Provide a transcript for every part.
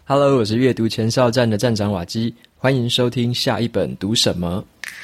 Hello， 我是阅读前哨站的站长瓦基，欢迎收听下一本读什么。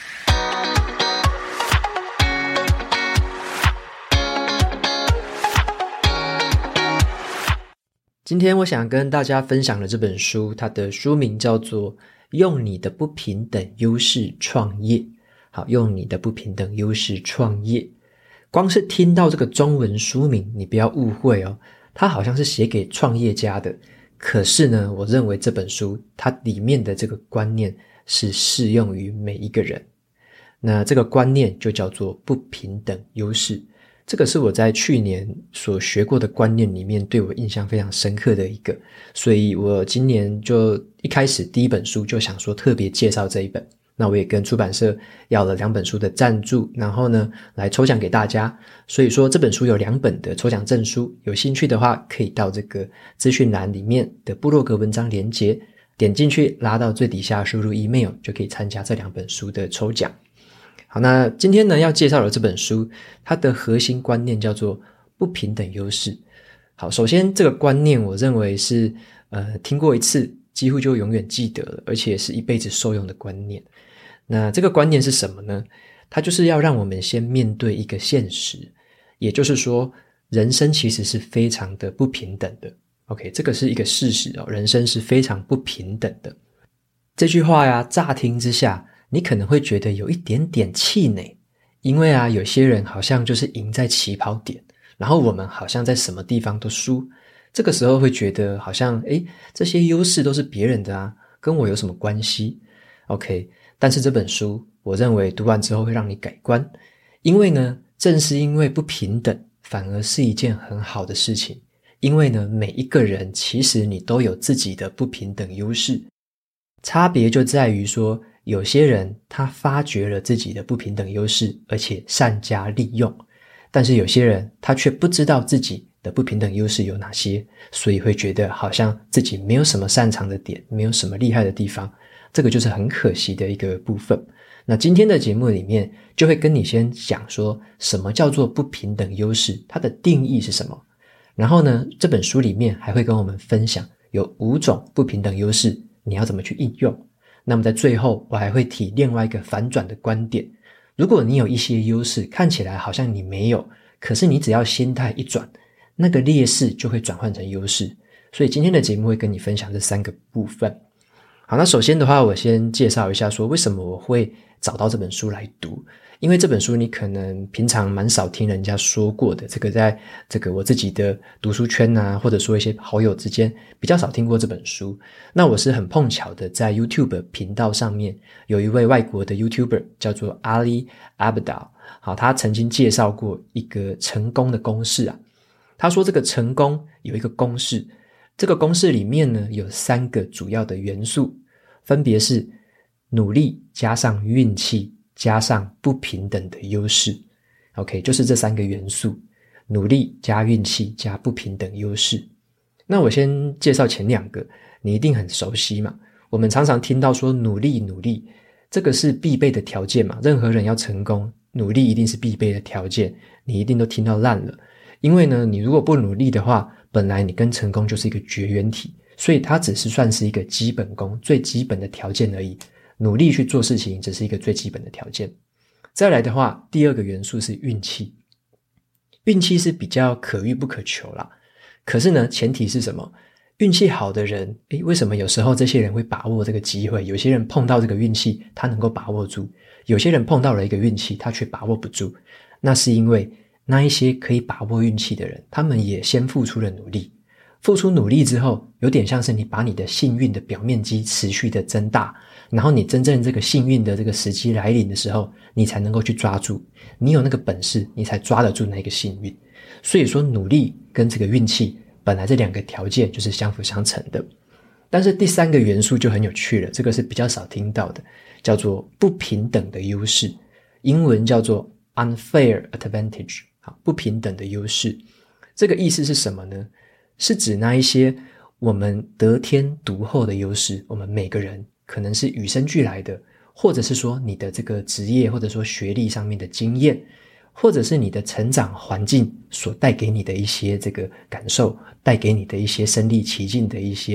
今天我想跟大家分享的这本书，它的书名叫做《用你的不平等优势创业》。好，用你的不平等优势创业。光是听到这个中文书名，你不要误会哦，它好像是写给创业家的。可是呢，我认为这本书它里面的这个观念是适用于每一个人。那这个观念就叫做不平等优势。这个是我在去年所学过的观念里面对我印象非常深刻的一个，所以我今年就一开始第一本书就想说特别介绍这一本。那我也跟出版社要了2本书的赞助，然后呢来抽奖给大家。所以说这本书有2本的抽奖证书，有兴趣的话可以到这个资讯栏里面的部落格文章连结，点进去拉到最底下输入 email 就可以参加这2本书的抽奖。好，那今天呢要介绍的这本书，它的核心观念叫做不平等优势。好，首先这个观念我认为是听过一次几乎就永远记得了，而且是一辈子受用的观念。那这个观念是什么呢？它就是要让我们先面对一个现实，也就是说人生其实是非常的不平等的。 OK， 这个是一个事实哦，人生是非常不平等的。这句话呀，乍听之下你可能会觉得有一点点气馁，因为啊有些人好像就是赢在起跑点，然后我们好像在什么地方都输。这个时候会觉得好像这些优势都是别人的啊，跟我有什么关系？ OK， 但是这本书我认为读完之后会让你改观，因为呢正是因为不平等反而是一件很好的事情。因为呢每一个人其实你都有自己的不平等优势，差别就在于说有些人他发掘了自己的不平等优势，而且善加利用，但是有些人他却不知道自己的不平等优势有哪些，所以会觉得好像自己没有什么擅长的点，没有什么厉害的地方，这个就是很可惜的一个部分。那今天的节目里面就会跟你先讲说什么叫做不平等优势，它的定义是什么，然后呢这本书里面还会跟我们分享有5种不平等优势你要怎么去应用。那么在最后我还会提另外一个反转的观点，如果你有一些优势看起来好像你没有，可是你只要心态一转，那个劣势就会转换成优势。所以今天的节目会跟你分享这3个部分。好，那首先的话我先介绍一下说为什么我会找到这本书来读。因为这本书你可能平常蛮少听人家说过的，这个在这个我自己的读书圈啊，或者说一些好友之间比较少听过这本书。那我是很碰巧的在 YouTube 频道上面有一位外国的 YouTuber 叫做 Ali Abdaal。 好，他曾经介绍过一个成功的公式啊。他说这个成功有一个公式，这个公式里面呢有3个主要的元素，分别是努力加上运气加上不平等的优势。 OK， 就是这3个元素，努力加运气加不平等优势。那我先介绍前2个，你一定很熟悉嘛。我们常常听到说努力，这个是必备的条件嘛，任何人要成功，努力一定是必备的条件，你一定都听到烂了。因为呢你如果不努力的话，本来你跟成功就是一个绝缘体，所以它只是算是一个基本功，最基本的条件而已。努力去做事情只是一个最基本的条件。再来的话，第2个元素是运气。运气是比较可遇不可求啦，可是呢前提是什么？运气好的人为什么有时候这些人会把握这个机会？有些人碰到这个运气他能够把握住，有些人碰到了一个运气他却把握不住。那是因为那一些可以把握运气的人，他们也先付出了努力，付出努力之后，有点像是你把你的幸运的表面积持续的增大，然后你真正这个幸运的这个时机来临的时候，你才能够去抓住，你有那个本事你才抓得住那个幸运。所以说努力跟这个运气本来这2个条件就是相辅相成的。但是第3个元素就很有趣了，这个是比较少听到的，叫做不平等的优势，英文叫做 unfair advantage。 不平等的优势，这个意思是什么呢？是指那一些我们得天独厚的优势，我们每个人可能是与生俱来的，或者是说你的这个职业或者说学历上面的经验，或者是你的成长环境所带给你的一些这个感受，带给你的一些身临其境的一些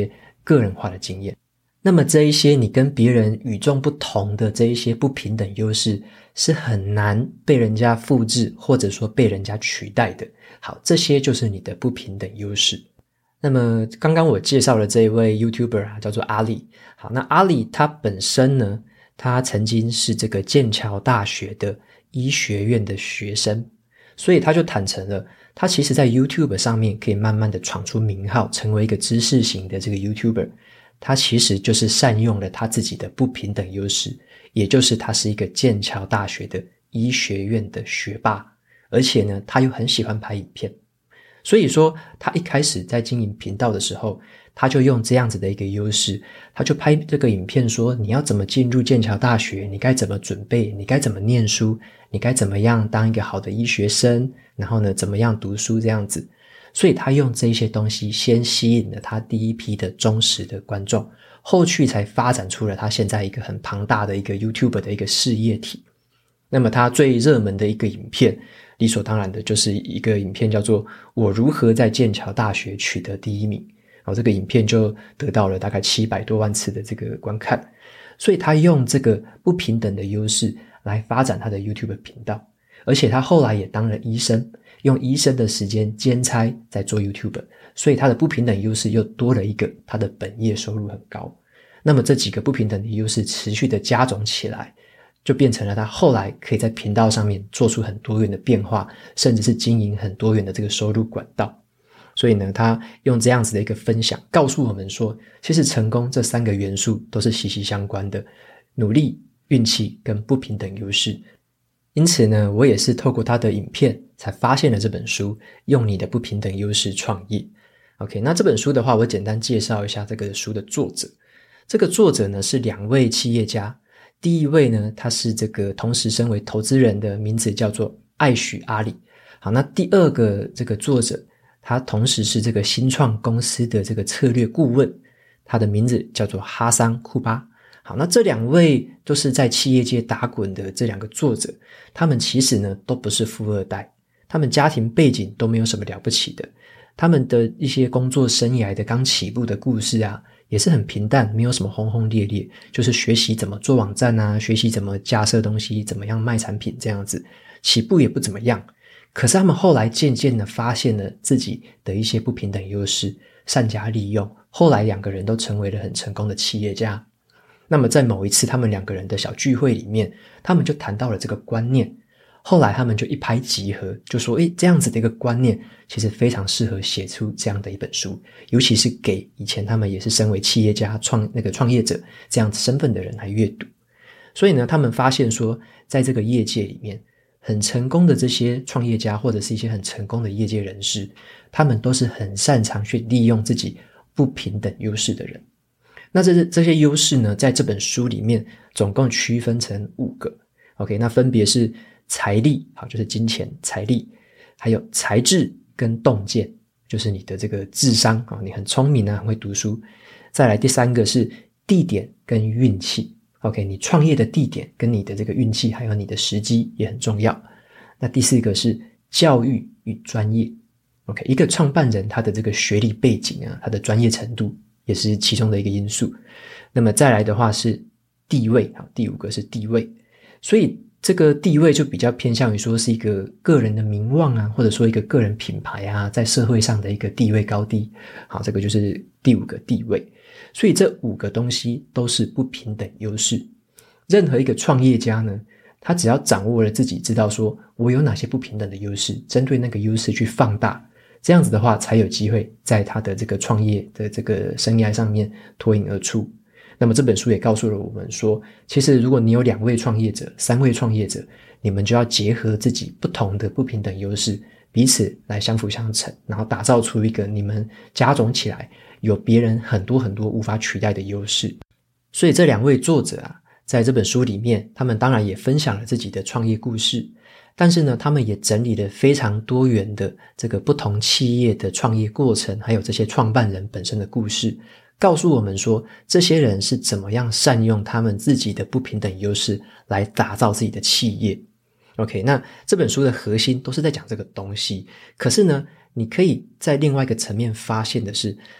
个人化的经验。那么这一些你跟别人与众不同的这一些不平等优势是很难被人家复制或者说被人家取代的。好，这些就是你的不平等优势。那么刚刚我介绍了这一位 YouTuber 啊，叫做阿里。好，那阿里他本身呢，他曾经是这个剑桥大学的医学院的学生，所以他就坦诚了，他其实在 YouTube 上面可以慢慢的闯出名号，成为一个知识型的这个 YouTuber。他其实就是善用了他自己的不平等优势，也就是他是一个剑桥大学的医学院的学霸，而且呢，他又很喜欢拍影片。所以说他一开始在经营频道的时候，他就用这样子的一个优势，他就拍这个影片说你要怎么进入剑桥大学，你该怎么准备，你该怎么念书，你该怎么样当一个好的医学生，然后呢怎么样读书这样子。所以他用这些东西先吸引了他第一批的忠实的观众，后续才发展出了他现在一个很庞大的一个 YouTube 的一个事业体。那么他最热门的一个影片，理所当然的就是一个影片叫做我如何在剑桥大学取得第一名。这个影片就得到了大概700多万次的这个观看。所以他用这个不平等的优势来发展他的 YouTube 频道，而且他后来也当了医生，用医生的时间兼差在做 YouTube， 所以他的不平等优势又多了一个，他的本业收入很高。那么这几个不平等的优势持续的加总起来，就变成了他后来可以在频道上面做出很多元的变化，甚至是经营很多元的这个收入管道。所以呢，他用这样子的一个分享告诉我们说，其实成功这3个元素都是息息相关的，努力、运气跟不平等优势。因此呢，我也是透过他的影片才发现了这本书，用你的不平等优势创业。OK， 那这本书的话，我简单介绍一下这个书的作者。这个作者呢是2位企业家，第一位呢，他是这个同时身为投资人的，名字叫做艾许阿里。好，那第二个这个作者，他同时是这个新创公司的这个策略顾问，他的名字叫做哈桑库巴。好，那这2位都是在企业界打滚的这2个作者，他们其实呢都不是富二代，他们家庭背景都没有什么了不起的，他们的一些工作生涯的刚起步的故事啊，也是很平淡，没有什么轰轰烈烈，就是学习怎么做网站啊，学习怎么架设东西，怎么样卖产品这样子，起步也不怎么样。可是他们后来渐渐的发现了自己的一些不平等优势，善加利用，后来2个人都成为了很成功的企业家。那么在某一次他们2个人的小聚会里面，他们就谈到了这个观念，后来他们就一拍即合，就说这样子的一个观念其实非常适合写出这样的一本书，尤其是给以前他们也是身为企业家创业者这样子身份的人来阅读。所以呢，他们发现说，在这个业界里面很成功的这些创业家，或者是一些很成功的业界人士，他们都是很擅长去利用自己不平等优势的人。那这些优势呢，在这本书里面总共区分成5个。OK， 那分别是财力，好，就是金钱财力，还有才智跟洞见，就是你的这个智商，你很聪明啊，很会读书。再来第3个是地点跟运气。OK， 你创业的地点跟你的这个运气还有你的时机也很重要。那第4个是教育与专业。OK， 一个创办人他的这个学历背景啊，他的专业程度也是其中的一个因素。那么再来的话是地位，第5个是地位。所以这个地位就比较偏向于说是一个个人的名望啊，或者说一个个人品牌啊，在社会上的一个地位高低。好，这个就是第5个地位。所以这5个东西都是不平等优势。任何一个创业家呢，他只要掌握了自己知道说我有哪些不平等的优势，针对那个优势去放大，这样子的话才有机会在他的这个创业的这个生涯上面脱颖而出。那么这本书也告诉了我们说，其实如果你有2位创业者、3位创业者，你们就要结合自己不同的不平等优势，彼此来相辅相成，然后打造出一个你们加总起来有别人很多很多无法取代的优势。所以这2位作者啊，在这本书里面，他们当然也分享了自己的创业故事，但是呢，他们也整理了非常多元的这个不同企业的创业过程，还有这些创办人本身的故事，告诉我们说这些人是怎么样善用他们自己的不平等优势来打造自己的企业。OK， 那这本书的核心都是在讲这个东西。可是呢，你可以在另外一个层面发现的是，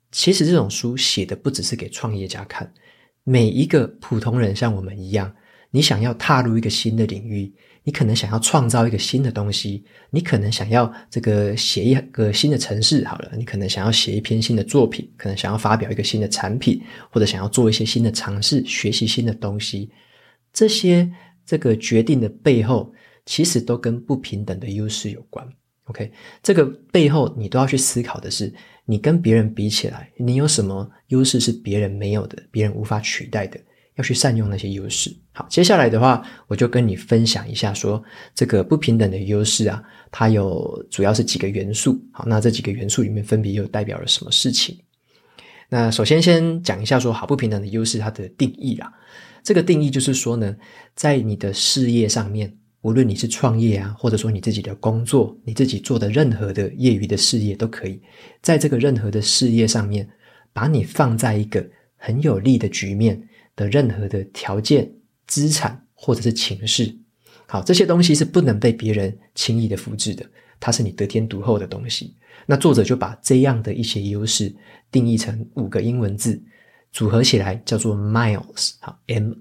其实这种书写的不只是给创业家看，每一个普通人像我们一样，你想要踏入一个新的领域，你可能想要创造一个新的东西，你可能想要写一个新的程式好了，你可能想要写一篇新的作品，可能想要发表一个新的产品，或者想要做一些新的尝试，学习新的东西，这些决定的背后其实都跟不平等的优势有关。OK， 这个背后你都要去思考的是，你跟别人比起来，你有什么优势是别人没有的，别人无法取代的，要去善用那些优势。好，接下来的话，我就跟你分享一下说，这个不平等的优势啊，它主要是几个元素。好，那这几个元素里面分别又代表了什么事情？那首先讲一下说，好，不平等的优势它的定义啦。这个定义就是说呢，在你的事业上面，无论你是创业啊，或者说你自己的工作，你自己做的任何的业余的事业都可以，在这个任何的事业上面，把你放在一个很有利的局面的任何的条件、资产或者是情势。好，这些东西是不能被别人轻易的复制的，它是你得天独厚的东西。那作者就把这样的一些优势定义成5个英文字，组合起来叫做 miles， 好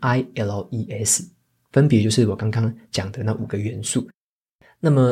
M-I-L-E-S， 分别就是我刚刚讲的那5个元素。那么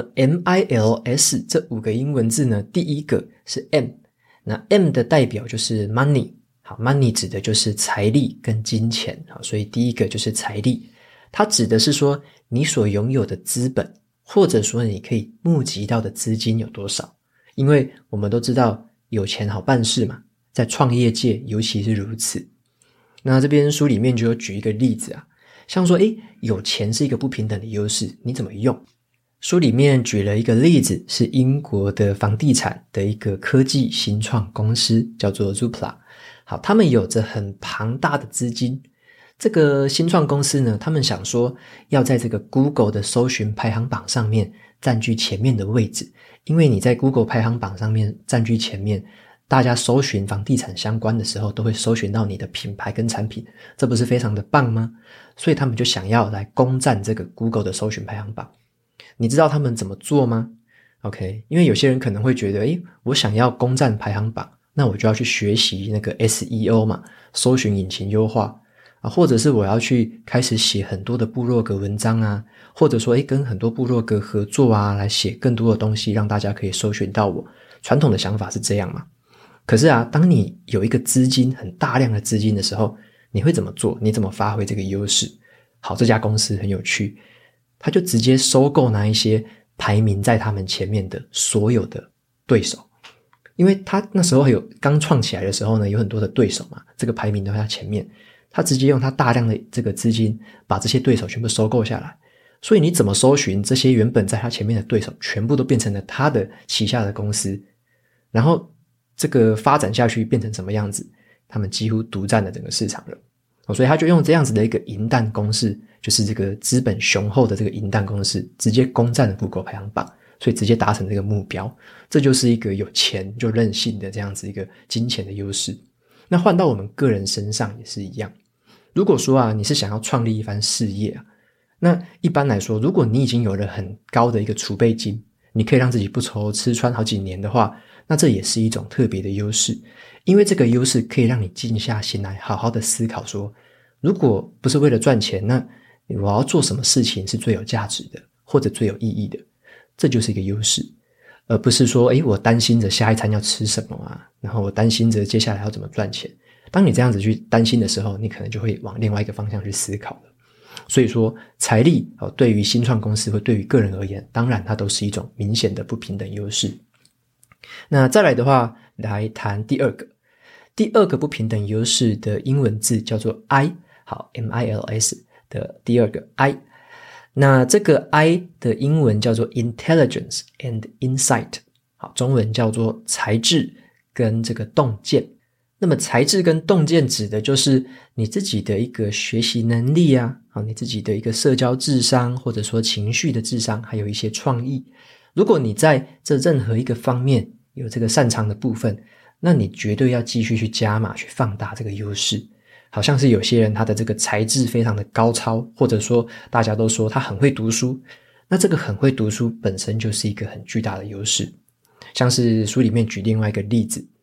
MILS 这5个英文字呢，第一个是 M， 那 M 的代表就是 money， 好 money 指的就是财力跟金钱，好，所以第一个就是财力，它指的是说你所拥有的资本，或者说你可以募集到的资金有多少。因为我们都知道有钱好办事嘛，在创业界尤其是如此。那这边书里面就有举一个例子啊，像说有钱是一个不平等的优势，你怎么用？书里面举了一个例子，是英国的房地产的一个科技新创公司，叫做 Zoopla。 好，他们有着很庞大的资金，这个新创公司呢，他们想说要在这个 Google 的搜寻排行榜上面占据前面的位置，因为你在 Google 排行榜上面占据前面，大家搜寻房地产相关的时候都会搜寻到你的品牌跟产品，这不是非常的棒吗？所以他们就想要来攻占这个 Google 的搜寻排行榜。你知道他们怎么做吗？ OK， 因为有些人可能会觉得我想要攻占排行榜，那我就要去学习那个 SEO 嘛，搜寻引擎优化啊，或者是我要去开始写很多的部落格文章啊，或者说跟很多部落格合作啊，来写更多的东西让大家可以搜寻到我。传统的想法是这样嘛。可是啊，当你有一个资金，很大量的资金的时候，你会怎么做？你怎么发挥这个优势？好，这家公司很有趣，他就直接收购那一些排名在他们前面的所有的对手。因为他那时候刚创起来的时候呢，有很多的对手嘛，这个排名都在他前面，他直接用他大量的这个资金把这些对手全部收购下来。所以你怎么搜寻这些原本在他前面的对手，全部都变成了他的旗下的公司，然后这个发展下去变成什么样子？他们几乎独占了整个市场了。所以他就用这样子的一个银弹攻势，就是这个资本雄厚的这个银弹攻势，直接攻占了 Google 排行榜，所以直接达成这个目标。这就是一个有钱就任性的这样子一个金钱的优势。那换到我们个人身上也是一样。如果说啊，你是想要创立一番事业啊，那一般来说，如果你已经有了很高的一个储备金，你可以让自己不愁吃穿好几年的话，那这也是一种特别的优势。因为这个优势可以让你静下心来好好的思考说，如果不是为了赚钱，那我要做什么事情是最有价值的，或者最有意义的。这就是一个优势，而不是说我担心着下一餐要吃什么啊，然后我担心着接下来要怎么赚钱。当你这样子去担心的时候，你可能就会往另外一个方向去思考了。所以说财力对于新创公司或对于个人而言，当然它都是一种明显的不平等优势。那再来的话，来谈第二个不平等优势的英文字叫做 I， 好 MILS 的第二个 I。 那这个 I 的英文叫做 Intelligence and Insight， 好，中文叫做才智跟这个洞见。那么才智跟洞见指的就是你自己的一个学习能力啊，你自己的一个社交智商，或者说情绪的智商，还有一些创意。如果你在这任何一个方面有这个擅长的部分，那你绝对要继续去加码，去放大这个优势。好像是有些人他的这个才智非常的高超，或者说大家都说他很会读书，那这个很会读书本身就是一个很巨大的优势。像是书里面举另外一个例子，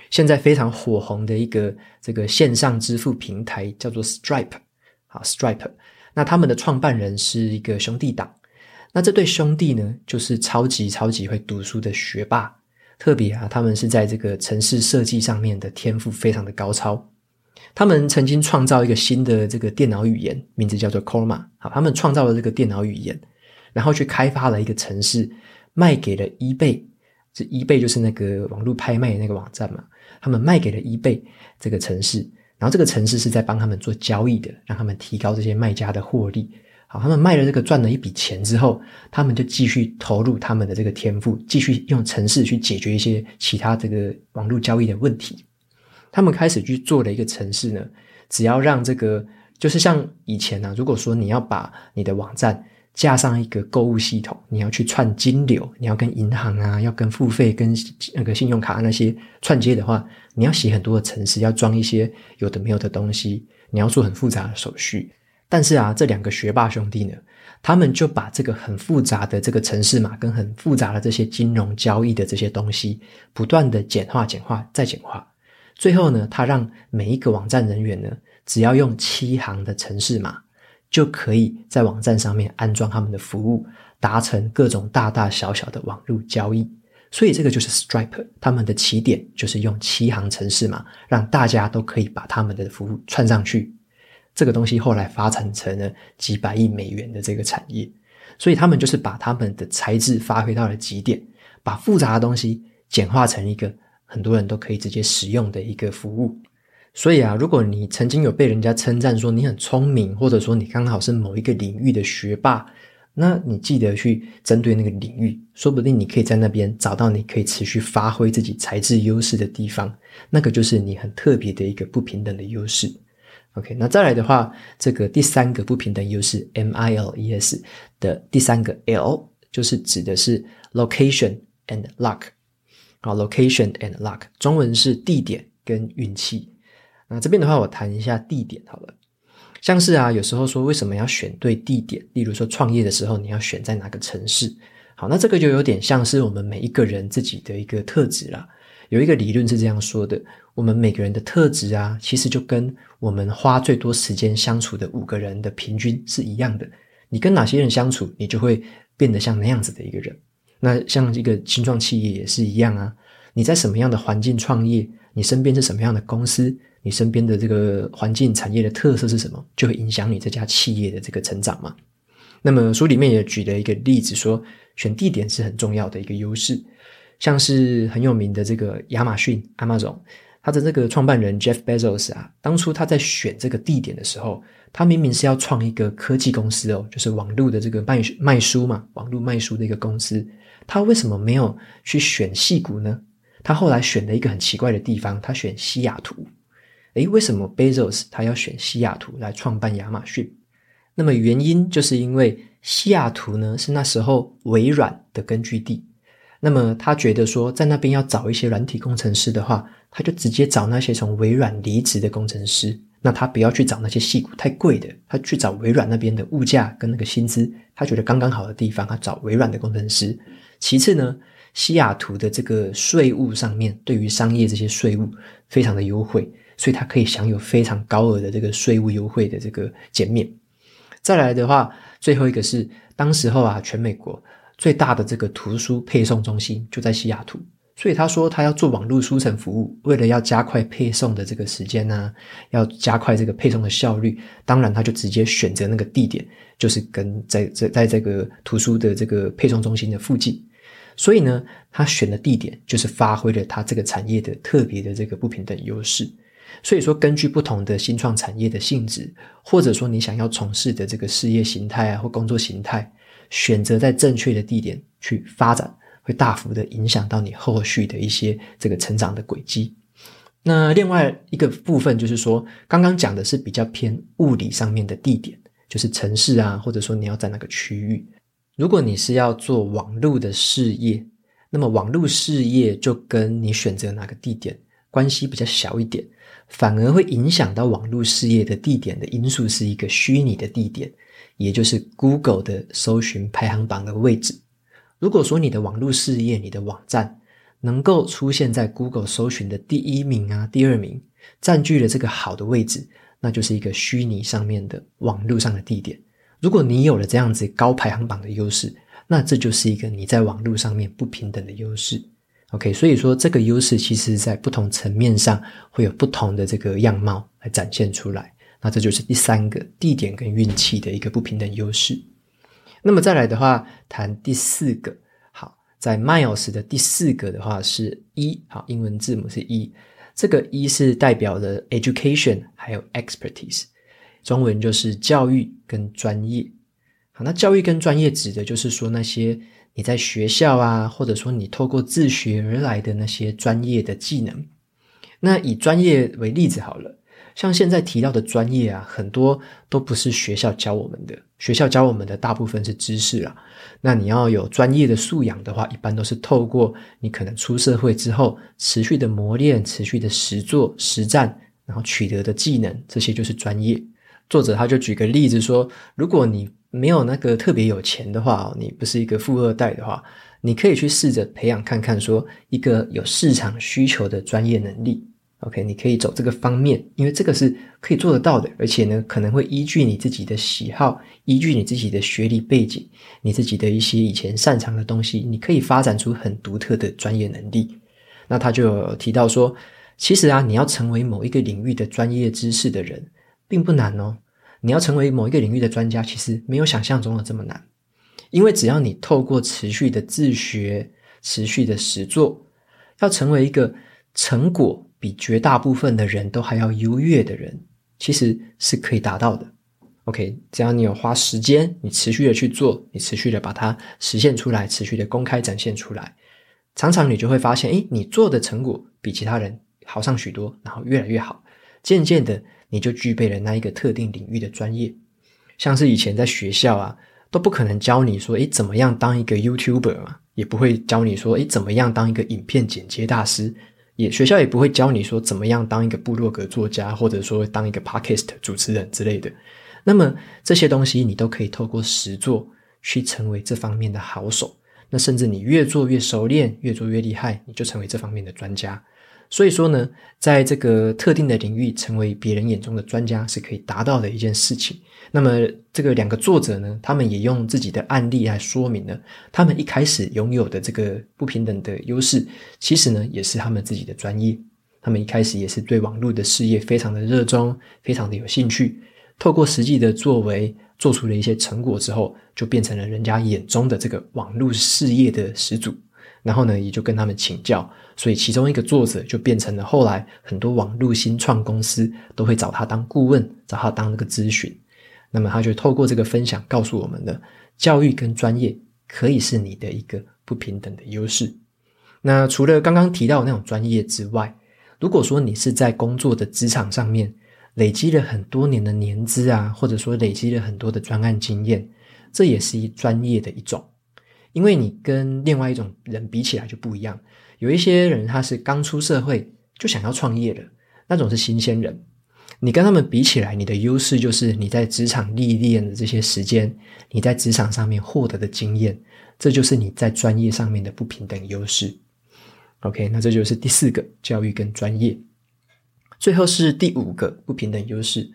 现在非常火红的一个这个线上支付平台叫做 Stripe。好 Stripe， 那他们的创办人是一个兄弟党。那这对兄弟呢，就是超级会读书的学霸，特别啊，他们是在这个程式设计上面的天赋非常的高超。他们曾经创造一个新的这个电脑语言，名字叫做 Chroma。好，他们创造了这个电脑语言，然后去开发了一个程式，卖给了 eBay。这 eBay 就是那个网络拍卖的那个网站嘛，他们卖给了 eBay 这个程式，然后这个程式是在帮他们做交易的，让他们提高这些卖家的获利。好，他们卖了这个赚了一笔钱之后，他们就继续投入他们的这个天赋，继续用程式去解决一些其他这个网络交易的问题。他们开始去做了一个程式呢，只要让这个就是像以前啊，如果说你要把你的网站架上一个购物系统，你要去串金流，你要跟银行啊，要跟付费跟那个信用卡那些串接的话，你要写很多的程式，要装一些有的没有的东西，你要做很复杂的手续。但是啊，这两个学霸兄弟呢，他们就把这个很复杂的这个程式码跟很复杂的这些金融交易的这些东西不断的简化再简化，最后呢，他让每一个网站人员呢，只要用7行的程式码就可以在网站上面安装他们的服务，达成各种大大小小的网络交易。所以这个就是 Stripe， 他们的起点就是用7行程式码，让大家都可以把他们的服务串上去。这个东西后来发展成了几百亿美元的这个产业，所以他们就是把他们的才智发挥到了极点，把复杂的东西简化成一个很多人都可以直接使用的一个服务。所以啊，如果你曾经有被人家称赞说你很聪明，或者说你刚好是某一个领域的学霸，那你记得去针对那个领域，说不定你可以在那边找到你可以持续发挥自己才智优势的地方，那个就是你很特别的一个不平等的优势。OK， 那再来的话，这个第三个不平等优势 MILES 的第三个 L 就是指的是 Location and Luck。好 ，Location and Luck， 中文是地点跟运气。那这边的话，我谈一下地点好了。像是啊，有时候说为什么要选对地点？例如说创业的时候，你要选在哪个城市？好，那这个就有点像是我们每一个人自己的一个特质啦。有一个理论是这样说的，我们每个人的特质啊，其实就跟我们花最多时间相处的5个人的平均是一样的。你跟哪些人相处，你就会变得像那样子的一个人。那像一个新创企业也是一样啊，你在什么样的环境创业，你身边是什么样的公司，你身边的这个环境产业的特色是什么，就会影响你这家企业的这个成长嘛。那么书里面也举了一个例子说，选地点是很重要的一个优势。像是很有名的这个亚马逊 Amazon， 他的这个创办人 Jeff Bezos 啊，当初他在选这个地点的时候，他明明是要创一个科技公司哦，就是网络的这个卖书嘛，网络卖书的一个公司，他为什么没有去选矽谷呢？他后来选了一个很奇怪的地方，他选西雅图。为什么 Bezos 他要选西雅图来创办亚马逊？那么原因就是因为西雅图呢是那时候微软的根据地。那么他觉得说在那边要找一些软体工程师的话，他就直接找那些从微软离职的工程师，那他不要去找那些矽谷太贵的，他去找微软那边的物价跟那个薪资他觉得刚刚好的地方，他找微软的工程师。其次呢，西雅图的这个税务上面对于商业这些税务非常的优惠，所以他可以享有非常高额的这个税务优惠的这个减免。再来的话，最后一个是当时候啊，全美国最大的这个图书配送中心就在西雅图，所以他说他要做网络书城服务，为了要加快配送的这个时间啊，要加快这个配送的效率，当然他就直接选择那个地点，就是跟在这个图书的这个配送中心的附近。所以呢，他选的地点就是发挥了他这个产业的特别的这个不平等优势。所以说根据不同的新创产业的性质，或者说你想要从事的这个事业形态啊或工作形态，选择在正确的地点去发展，会大幅的影响到你后续的一些这个成长的轨迹。那另外一个部分就是说，刚刚讲的是比较偏物理上面的地点，就是城市啊，或者说你要在哪个区域。如果你是要做网络的事业，那么网络事业就跟你选择哪个地点关系比较小一点，反而会影响到网络事业的地点的因素是一个虚拟的地点，也就是 Google 的搜寻排行榜的位置。如果说你的网络事业，你的网站能够出现在 Google 搜寻的第1名啊、第2名，占据了这个好的位置，那就是一个虚拟上面的网络上的地点。如果你有了这样子高排行榜的优势，那这就是一个你在网络上面不平等的优势。OK， 所以说这个优势其实在不同层面上会有不同的这个样貌来展现出来。那这就是第3个地点跟运气的一个不平等优势。那么再来的话，谈第4个。好，在 Miles 的第4个的话是 E， 好，英文字母是 E， 这个 E 是代表了 education 还有 expertise， 中文就是教育跟专业。好，那教育跟专业指的就是说那些你在学校啊，或者说你透过自学而来的那些专业的技能。那以专业为例子好了，像现在提到的专业啊，很多都不是学校教我们的，学校教我们的大部分是知识啦。那你要有专业的素养的话，一般都是透过你可能出社会之后持续的磨练、持续的实作、实战，然后取得的技能，这些就是专业。作者他就举个例子说，如果你没有那个特别有钱的话，你不是一个富二代的话，你可以去试着培养看看说一个有市场需求的专业能力。OK， 你可以走这个方面，因为这个是可以做得到的，而且呢，可能会依据你自己的喜好，依据你自己的学历背景，你自己的一些以前擅长的东西，你可以发展出很独特的专业能力。那他就有提到说，其实啊，你要成为某一个领域的专业知识的人，并不难哦。你要成为某一个领域的专家，其实没有想象中的这么难，因为只要你透过持续的自学、持续的实作，要成为一个成果比绝大部分的人都还要优越的人，其实是可以达到的。OK， 只要你有花时间，你持续的去做，你持续的把它实现出来，持续的公开展现出来，常常你就会发现，你做的成果比其他人好上许多，然后越来越好，渐渐的你就具备了那一个特定领域的专业。像是以前在学校啊，都不可能教你说怎么样当一个 YouTuber 嘛，也不会教你说怎么样当一个影片剪接大师，学校也不会教你说怎么样当一个部落格作家，或者说当一个 podcast 主持人之类的。那么这些东西你都可以透过实作去成为这方面的好手，那甚至你越做越熟练，越做越厉害，你就成为这方面的专家。所以说呢，在这个特定的领域成为别人眼中的专家是可以达到的一件事情。那么这个2个作者呢，他们也用自己的案例来说明了他们一开始拥有的这个不平等的优势，其实呢也是他们自己的专业。他们一开始也是对网络的事业非常的热衷，非常的有兴趣，透过实际的作为做出了一些成果之后，就变成了人家眼中的这个网络事业的始祖。然后呢也就跟他们请教，所以其中一个作者就变成了后来很多网络新创公司都会找他当顾问，找他当那个咨询。那么他就透过这个分享告诉我们的，教育跟专业可以是你的一个不平等的优势。那除了刚刚提到的那种专业之外，如果说你是在工作的职场上面累积了很多年的年资啊，或者说累积了很多的专案经验，这也是专业的一种。因为你跟另外一种人比起来就不一样，有一些人他是刚出社会就想要创业了，那种是新鲜人。你跟他们比起来，你的优势就是你在职场历练的这些时间，你在职场上面获得的经验，这就是你在专业上面的不平等优势。OK， 那这就是第4个，教育跟专业。最后是第5个不平等优势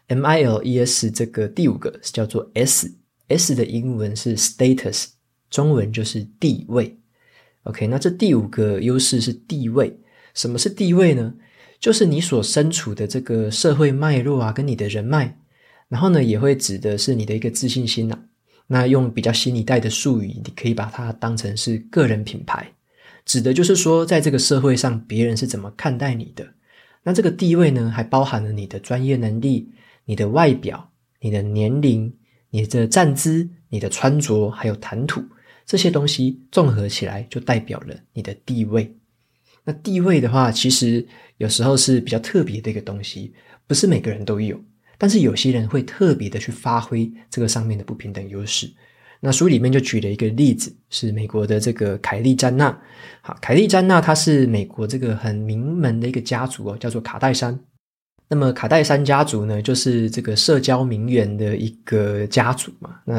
，MILES 这个第5个是叫做 S 的英文是 status， 中文就是地位。OK， 那这第5个优势是地位。什么是地位呢？就是你所身处的这个社会脉络啊，跟你的人脉，然后呢也会指的是你的一个自信心啊。那用比较新一代的术语，你可以把它当成是个人品牌，指的就是说在这个社会上别人是怎么看待你的。那这个地位呢，还包含了你的专业能力、你的外表、你的年龄、你的站姿、你的穿着还有谈吐，这些东西综合起来就代表了你的地位。那地位的话，其实有时候是比较特别的一个东西，不是每个人都有，但是有些人会特别的去发挥这个上面的不平等优势。那书里面就举了一个例子，是美国的这个凯利詹娜。好，凯利詹娜她是美国这个很名门的一个家族哦，叫做卡戴珊。那么卡戴珊家族呢，就是这个社交名媛的一个家族嘛。那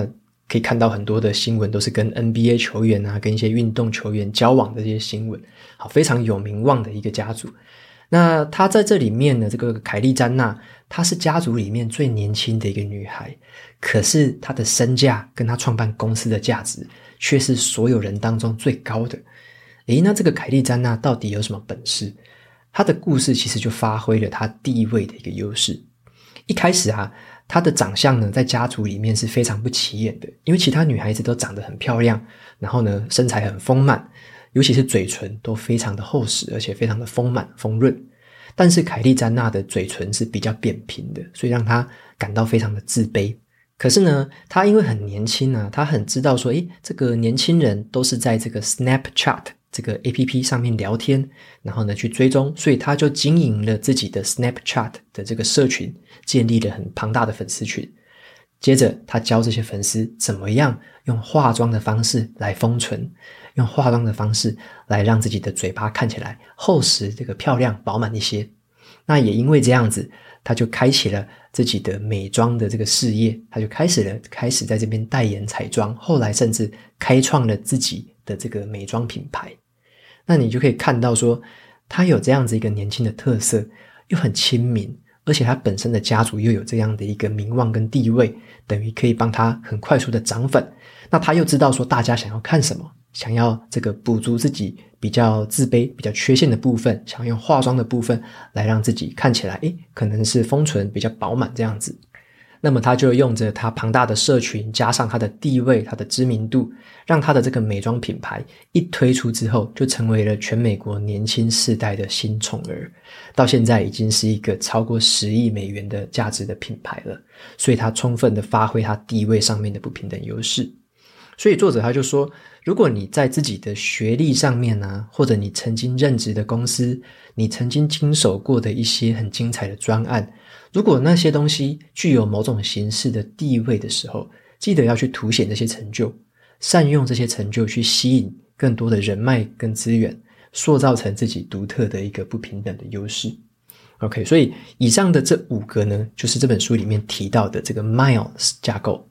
可以看到很多的新闻都是跟 NBA 球员啊，跟一些运动球员交往的这些新闻，好，非常有名望的一个家族。那她在这里面呢，这个凯莉詹娜，她是家族里面最年轻的一个女孩，可是她的身价跟她创办公司的价值却是所有人当中最高的。那这个凯莉詹娜到底有什么本事？她的故事其实就发挥了她地位的一个优势。一开始啊，她的长相呢，在家族里面是非常不起眼的，因为其他女孩子都长得很漂亮，然后呢，身材很丰满，尤其是嘴唇都非常的厚实，而且非常的丰满丰润。但是凯莉詹娜的嘴唇是比较扁平的，所以让她感到非常的自卑。可是呢，她因为很年轻啊，她很知道说，这个年轻人都是在这个 Snapchat 这个 APP 上面聊天，然后呢去追踪，所以她就经营了自己的 Snapchat 的这个社群，建立了很庞大的粉丝群。接着她教这些粉丝怎么样用化妆的方式来丰唇，用化妆的方式来让自己的嘴巴看起来厚实，这个漂亮饱满一些。那也因为这样子，她就开启了自己的美妆的这个事业，她就开始在这边代言彩妆，后来甚至开创了自己的这个美妆品牌。那你就可以看到说，她有这样子一个年轻的特色，又很亲民，而且她本身的家族又有这样的一个名望跟地位，等于可以帮她很快速的涨粉。那她又知道说大家想要看什么，想要这个补足自己比较自卑比较缺陷的部分，想要用化妆的部分来让自己看起来可能是丰唇比较饱满这样子。那么他就用着他庞大的社群，加上他的地位他的知名度，让他的这个美妆品牌一推出之后，就成为了全美国年轻世代的新宠儿，到现在已经是一个超过10亿美元的价值的品牌了。所以他充分的发挥他地位上面的不平等优势。所以作者他就说，如果你在自己的学历上面啊，或者你曾经任职的公司，你曾经经手过的一些很精彩的专案，如果那些东西具有某种形式的地位的时候，记得要去凸显这些成就，善用这些成就去吸引更多的人脉跟资源，塑造成自己独特的一个不平等的优势。OK， 所以以上的这5个呢，就是这本书里面提到的这个 Miles 架构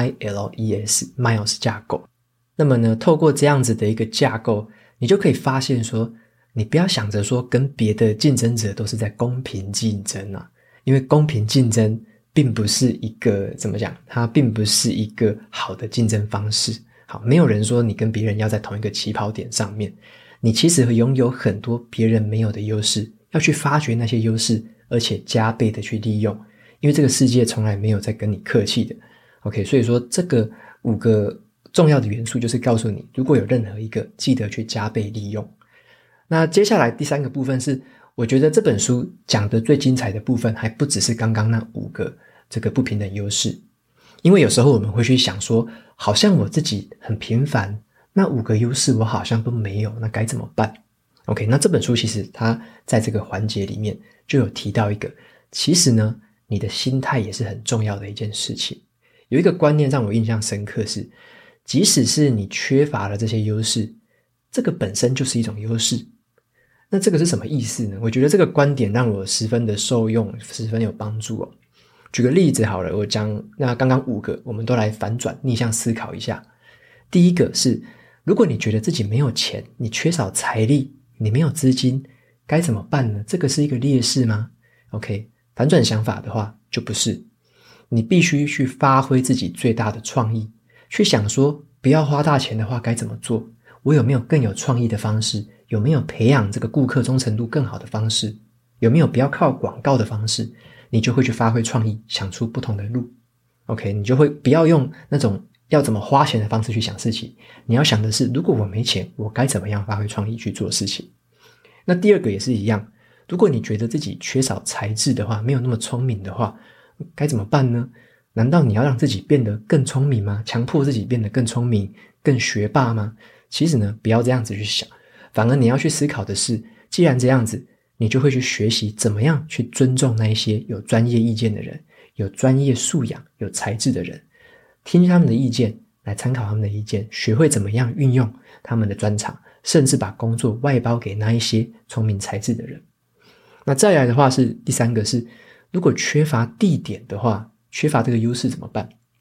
MILES Miles 架构。那么呢，透过这样子的一个架构，你就可以发现说，你不要想着说跟别的竞争者都是在公平竞争啊，因为公平竞争并不是一个怎么讲，它并不是一个好的竞争方式。好，没有人说你跟别人要在同一个起跑点上面，你其实会拥有很多别人没有的优势，要去发掘那些优势，而且加倍的去利用，因为这个世界从来没有在跟你客气的。OK， 所以说这个5个重要的元素就是告诉你，如果有任何一个，记得去加倍利用。那接下来第3个部分是，我觉得这本书讲的最精彩的部分，还不只是刚刚那5个这个不平等优势。因为有时候我们会去想说，好像我自己很平凡，那5个优势我好像都没有，那该怎么办？ OK， 那这本书其实它在这个环节里面就有提到一个，其实呢，你的心态也是很重要的一件事情。有一个观念让我印象深刻是，即使是你缺乏了这些优势，这个本身就是一种优势。那这个是什么意思呢？我觉得这个观点让我十分的受用，十分有帮助哦。举个例子好了，我讲那刚刚5个我们都来反转逆向思考一下。第一个是，如果你觉得自己没有钱，你缺少财力，你没有资金，该怎么办呢？这个是一个劣势吗？ OK， 反转想法的话就不是。你必须去发挥自己最大的创意，去想说不要花大钱的话该怎么做，我有没有更有创意的方式，有没有培养这个顾客忠诚度更好的方式，有没有不要靠广告的方式，你就会去发挥创意，想出不同的路。 OK， 你就会不要用那种要怎么花钱的方式去想事情，你要想的是，如果我没钱，我该怎么样发挥创意去做事情。那第2个也是一样，如果你觉得自己缺少才智的话，没有那么聪明的话，该怎么办呢？难道你要让自己变得更聪明吗？强迫自己变得更聪明更学霸吗？其实呢，不要这样子去想，反而你要去思考的是，既然这样子，你就会去学习怎么样去尊重那一些有专业意见的人，有专业素养有才智的人，听他们的意见，来参考他们的意见，学会怎么样运用他们的专长，甚至把工作外包给那一些聪明才智的人。那再来的话是第3个是，如果缺乏地点的话，缺乏这个优势怎么办？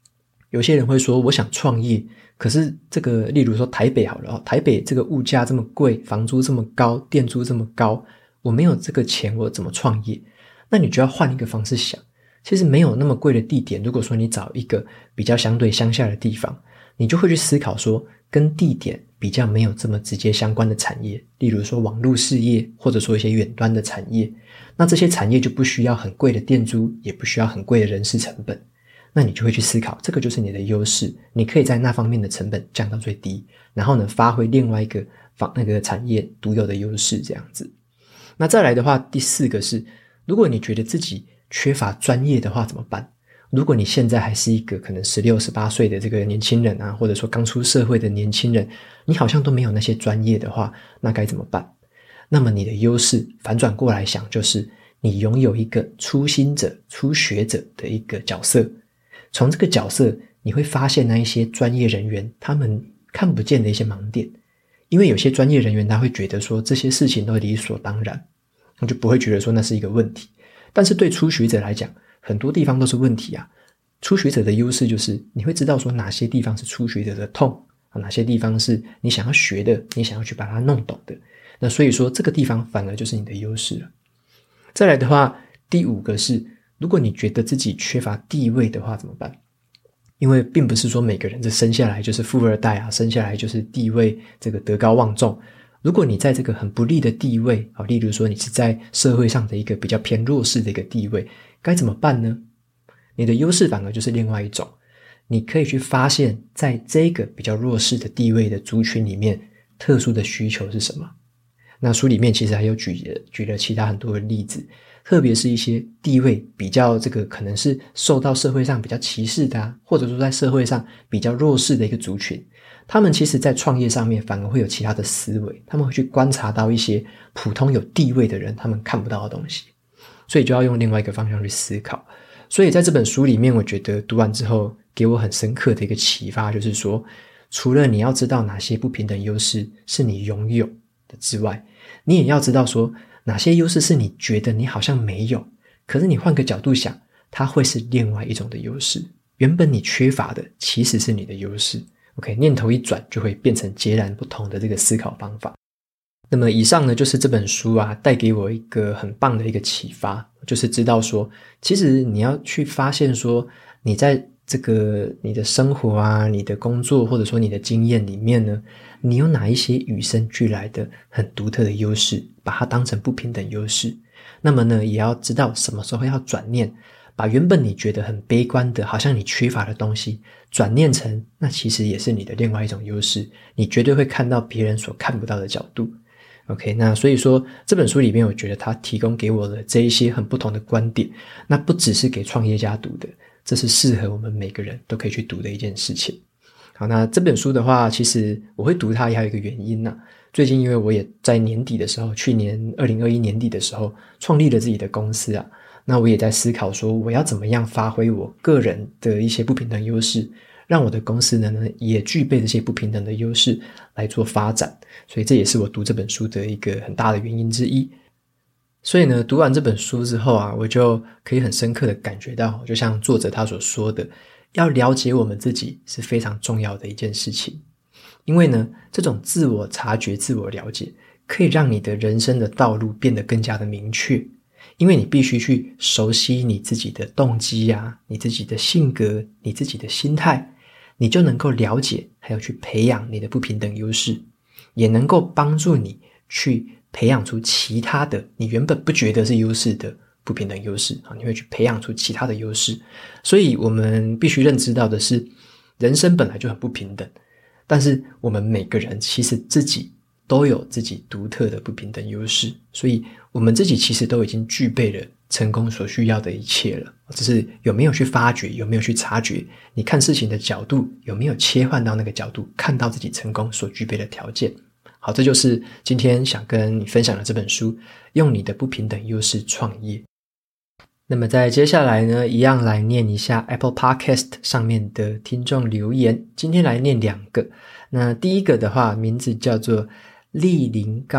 有些人会说我想创业，可是这个例如说台北好了，台北这个物价这么贵，房租这么高，店租这么高，我没有这个钱我怎么创业？那你就要换一个方式想，其实没有那么贵的地点，如果说你找一个比较相对乡下的地方，你就会去思考说跟地点比较没有这么直接相关的产业，例如说网络事业，或者说一些远端的产业，那这些产业就不需要很贵的店租，也不需要很贵的人事成本，那你就会去思考，这个就是你的优势，你可以在那方面的成本降到最低，然后呢发挥另外一个那个产业独有的优势这样子。那再来的话，第4个是，如果你觉得自己缺乏专业的话怎么办？如果你现在还是一个可能16、18岁的这个年轻人啊，或者说刚出社会的年轻人，你好像都没有那些专业的话，那该怎么办？那么你的优势反转过来想，就是你拥有一个初心者、初学者的一个角色。从这个角色，你会发现那一些专业人员他们看不见的一些盲点。因为有些专业人员他会觉得说这些事情都理所当然，他就不会觉得说那是一个问题。但是对初学者来讲，很多地方都是问题啊。初学者的优势就是你会知道说哪些地方是初学者的痛，哪些地方是你想要学的，你想要去把它弄懂的。那所以说这个地方反而就是你的优势了。再来的话，第5个是，如果你觉得自己缺乏地位的话怎么办？因为并不是说每个人这生下来就是富二代啊，生下来就是地位这个德高望重。如果你在这个很不利的地位，例如说你是在社会上的一个比较偏弱势的一个地位，该怎么办呢？你的优势反而就是另外一种，你可以去发现在这个比较弱势的地位的族群里面，特殊的需求是什么。那书里面其实还有举了其他很多的例子，特别是一些地位比较这个可能是受到社会上比较歧视的啊，或者说在社会上比较弱势的一个族群，他们其实在创业上面反而会有其他的思维，他们会去观察到一些普通有地位的人他们看不到的东西，所以就要用另外一个方向去思考。所以在这本书里面，我觉得读完之后给我很深刻的一个启发，就是说除了你要知道哪些不平等优势是你拥有的之外，你也要知道说哪些优势是你觉得你好像没有，可是你换个角度想，它会是另外一种的优势，原本你缺乏的其实是你的优势。 OK， 念头一转就会变成截然不同的这个思考方法。那么以上呢，就是这本书啊带给我一个很棒的一个启发，就是知道说其实你要去发现说你在这个你的生活啊，你的工作或者说你的经验里面呢，你有哪一些与生俱来的很独特的优势，把它当成不平等优势。那么呢，也要知道什么时候要转念，把原本你觉得很悲观的好像你缺乏的东西转念成那其实也是你的另外一种优势，你绝对会看到别人所看不到的角度。OK， 那所以说这本书里面我觉得它提供给我的这一些很不同的观点，那不只是给创业家读的，这是适合我们每个人都可以去读的一件事情。好，那这本书的话，其实我会读它也还有一个原因啊。最近因为我也在年底的时候，去年2021年底的时候创立了自己的公司啊，那我也在思考说我要怎么样发挥我个人的一些不平等优势，让我的公司呢也具备这些不平等的优势来做发展，所以这也是我读这本书的一个很大的原因之一。所以呢，读完这本书之后啊，我就可以很深刻的感觉到，就像作者他所说的，要了解我们自己是非常重要的一件事情。因为呢，这种自我察觉、自我了解，可以让你的人生的道路变得更加的明确。因为你必须去熟悉你自己的动机啊，你自己的性格，你自己的心态，你就能够了解，还有去培养你的不平等优势，也能够帮助你去培养出其他的你原本不觉得是优势的不平等优势，你会去培养出其他的优势。所以我们必须认知到的是，人生本来就很不平等，但是我们每个人其实自己都有自己独特的不平等优势，所以我们自己其实都已经具备了成功所需要的一切了，只是有没有去发掘，有没有去察觉，你看事情的角度有没有切换到那个角度，看到自己成功所具备的条件。好，这就是今天想跟你分享的这本书，用你的不平等优势创业。那么在接下来呢，一样来念一下 Apple Podcast 上面的听众留言，今天来念2个。那第一个的话，名字叫做丽林高，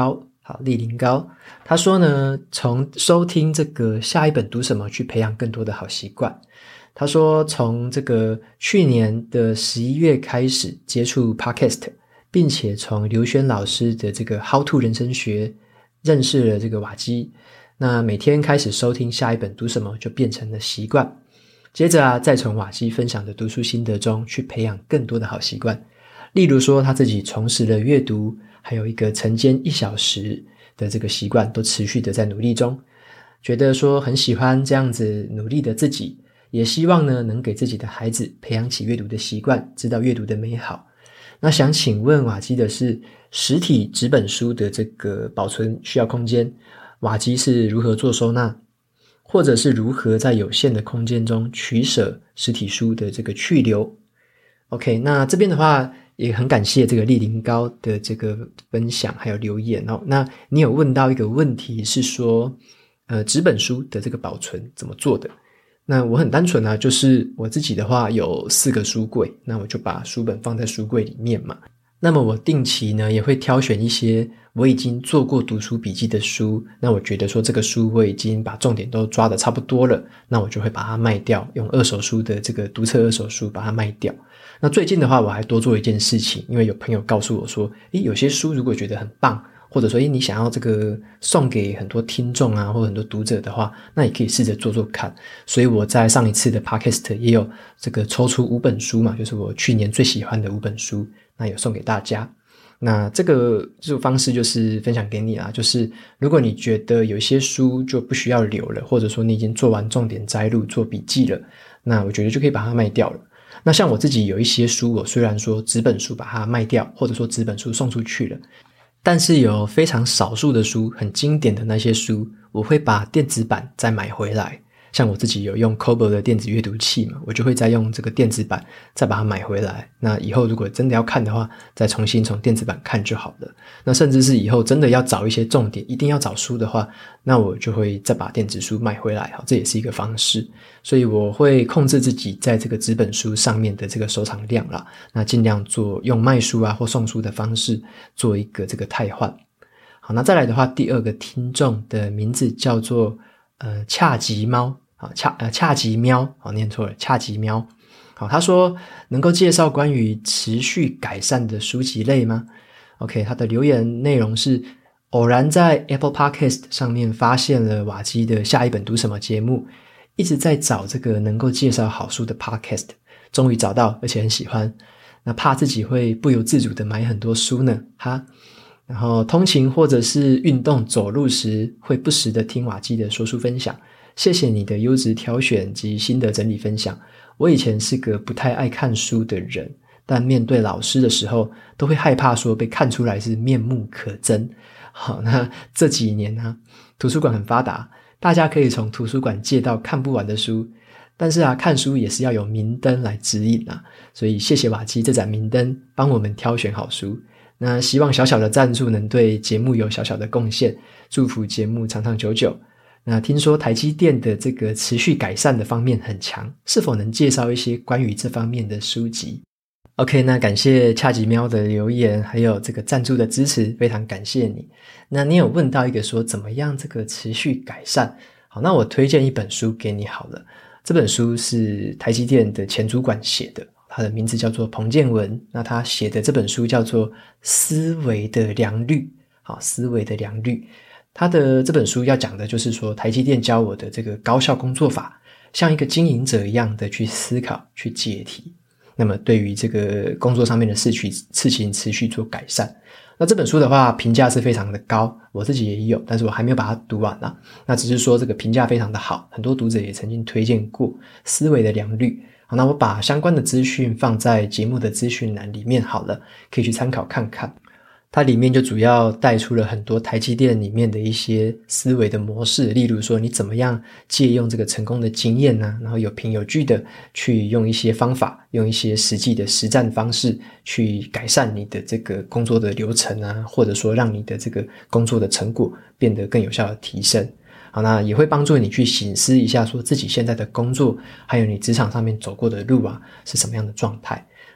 好，莅临高，他说呢，从收听这个下一本读什么去培养更多的好习惯。他说从这个去年的11月开始接触 Podcast， 并且从刘轩老师的这个 How to 人生学认识了这个瓦基，那每天开始收听下一本读什么就变成了习惯。接着再从瓦基分享的读书心得中去培养更多的好习惯，例如说他自己重拾了阅读，还有一个晨间1小时的这个习惯都持续的在努力中，觉得说很喜欢这样子努力的自己，也希望呢能给自己的孩子培养起阅读的习惯，知道阅读的美好。那想请问瓦基的是，实体纸本书的这个保存需要空间，瓦基是如何做收纳，或者是如何在有限的空间中取舍实体书的这个去留。 OK， 那这边的话也很感谢这个莅临高的这个分享还有留言哦。那你有问到一个问题是说纸本书的这个保存怎么做的。那我很单纯啊，就是我自己的话有4个书柜，那我就把书本放在书柜里面嘛。那么我定期呢也会挑选一些我已经做过读书笔记的书，那我觉得说这个书我已经把重点都抓得差不多了，那我就会把它卖掉，用二手书的这个读册二手书把它卖掉。那最近的话我还多做一件事情，因为有朋友告诉我说有些书如果觉得很棒，或者说你想要这个送给很多听众啊或很多读者的话，那也可以试着做做看。所以我在上一次的 Podcast 也有这个抽出5本书嘛，就是我去年最喜欢的5本书，那有送给大家。那这个方式就是分享给你啦，就是如果你觉得有一些书就不需要留了，或者说你已经做完重点摘录做笔记了，那我觉得就可以把它卖掉了。那像我自己有一些书，我虽然说纸本书把它卖掉，或者说纸本书送出去了，但是有非常少数的书，很经典的那些书，我会把电子版再买回来。像我自己有用 Kobo 的电子阅读器嘛，我就会再用这个电子版再把它买回来。那以后如果真的要看的话，再重新从电子版看就好了。那甚至是以后真的要找一些重点，一定要找书的话，那我就会再把电子书买回来，这也是一个方式。所以我会控制自己在这个纸本书上面的这个收藏量啦，那尽量做用卖书啊或送书的方式做一个这个汰换。好，那再来的话，第2个听众的名字叫做恰吉猫，恰吉喵，念错了，恰吉喵。好，他说能够介绍关于持续改善的书籍类吗？ OK， 他的留言内容是偶然在 Apple Podcast 上面发现了瓦基的下一本读什么节目，一直在找这个能够介绍好书的 Podcast， 终于找到，而且很喜欢。那怕自己会不由自主的买很多书呢，然后通勤或者是运动走路时会不时的听瓦基的说书分享，谢谢你的优质挑选及心得整理分享。我以前是个不太爱看书的人，但面对老师的时候都会害怕说被看出来是面目可憎。好，那这几年呢，图书馆很发达，大家可以从图书馆借到看不完的书，但是看书也是要有明灯来指引啊，所以谢谢瓦基这盏明灯帮我们挑选好书。那希望小小的赞助能对节目有小小的贡献，祝福节目长长久久。那听说台积电的这个持续改善的方面很强，是否能介绍一些关于这方面的书籍？ OK， 那感谢恰吉喵的留言还有这个赞助的支持，非常感谢你。那你有问到一个说怎么样这个持续改善，好，那我推荐一本书给你好了。这本书是台积电的前主管写的，他的名字叫做彭建文，那他写的这本书叫做思维的良率。好，思维的良率，他的这本书要讲的就是说台积电教我的这个高效工作法，像一个经营者一样的去思考去解题，那么对于这个工作上面的事情持续做改善。那这本书的话评价是非常的高，我自己也有，但是我还没有把它读完啦。那只是说这个评价非常的好，很多读者也曾经推荐过思维的良率。好，那我把相关的资讯放在节目的资讯栏里面好了，可以去参考看看。它里面就主要带出了很多台积电里面的一些思维的模式，例如说你怎么样借用这个成功的经验啊，然后有凭有据的去用一些方法，用一些实际的实战方式去改善你的这个工作的流程啊，或者说让你的这个工作的成果变得更有效的提升。好，那也会帮助你去省思一下说自己现在的工作还有你职场上面走过的路啊是什么样的状态。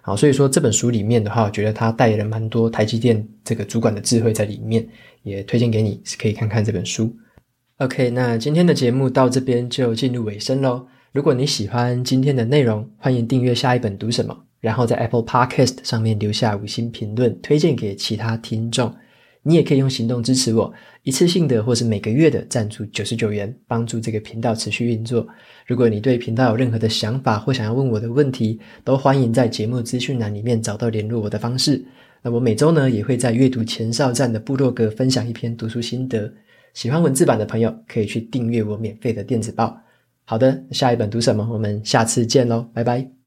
好，所以说这本书里面的话，我觉得它带了蛮多台积电这个主管的智慧在里面，也推荐给你可以看看这本书。OK， 那今天的节目到这边就进入尾声咯。如果你喜欢今天的内容，欢迎订阅下一本读什么，然后在 Apple Podcast 上面留下5星评论，推荐给其他听众。你也可以用行动支持我，一次性的或是每个月的赞助99元，帮助这个频道持续运作。如果你对频道有任何的想法或想要问我的问题，都欢迎在节目资讯栏里面找到联络我的方式。那我每周呢也会在阅读前哨站的部落格分享一篇读书心得，喜欢文字版的朋友可以去订阅我免费的电子报。好的，下一本读什么？我们下次见咯，拜拜。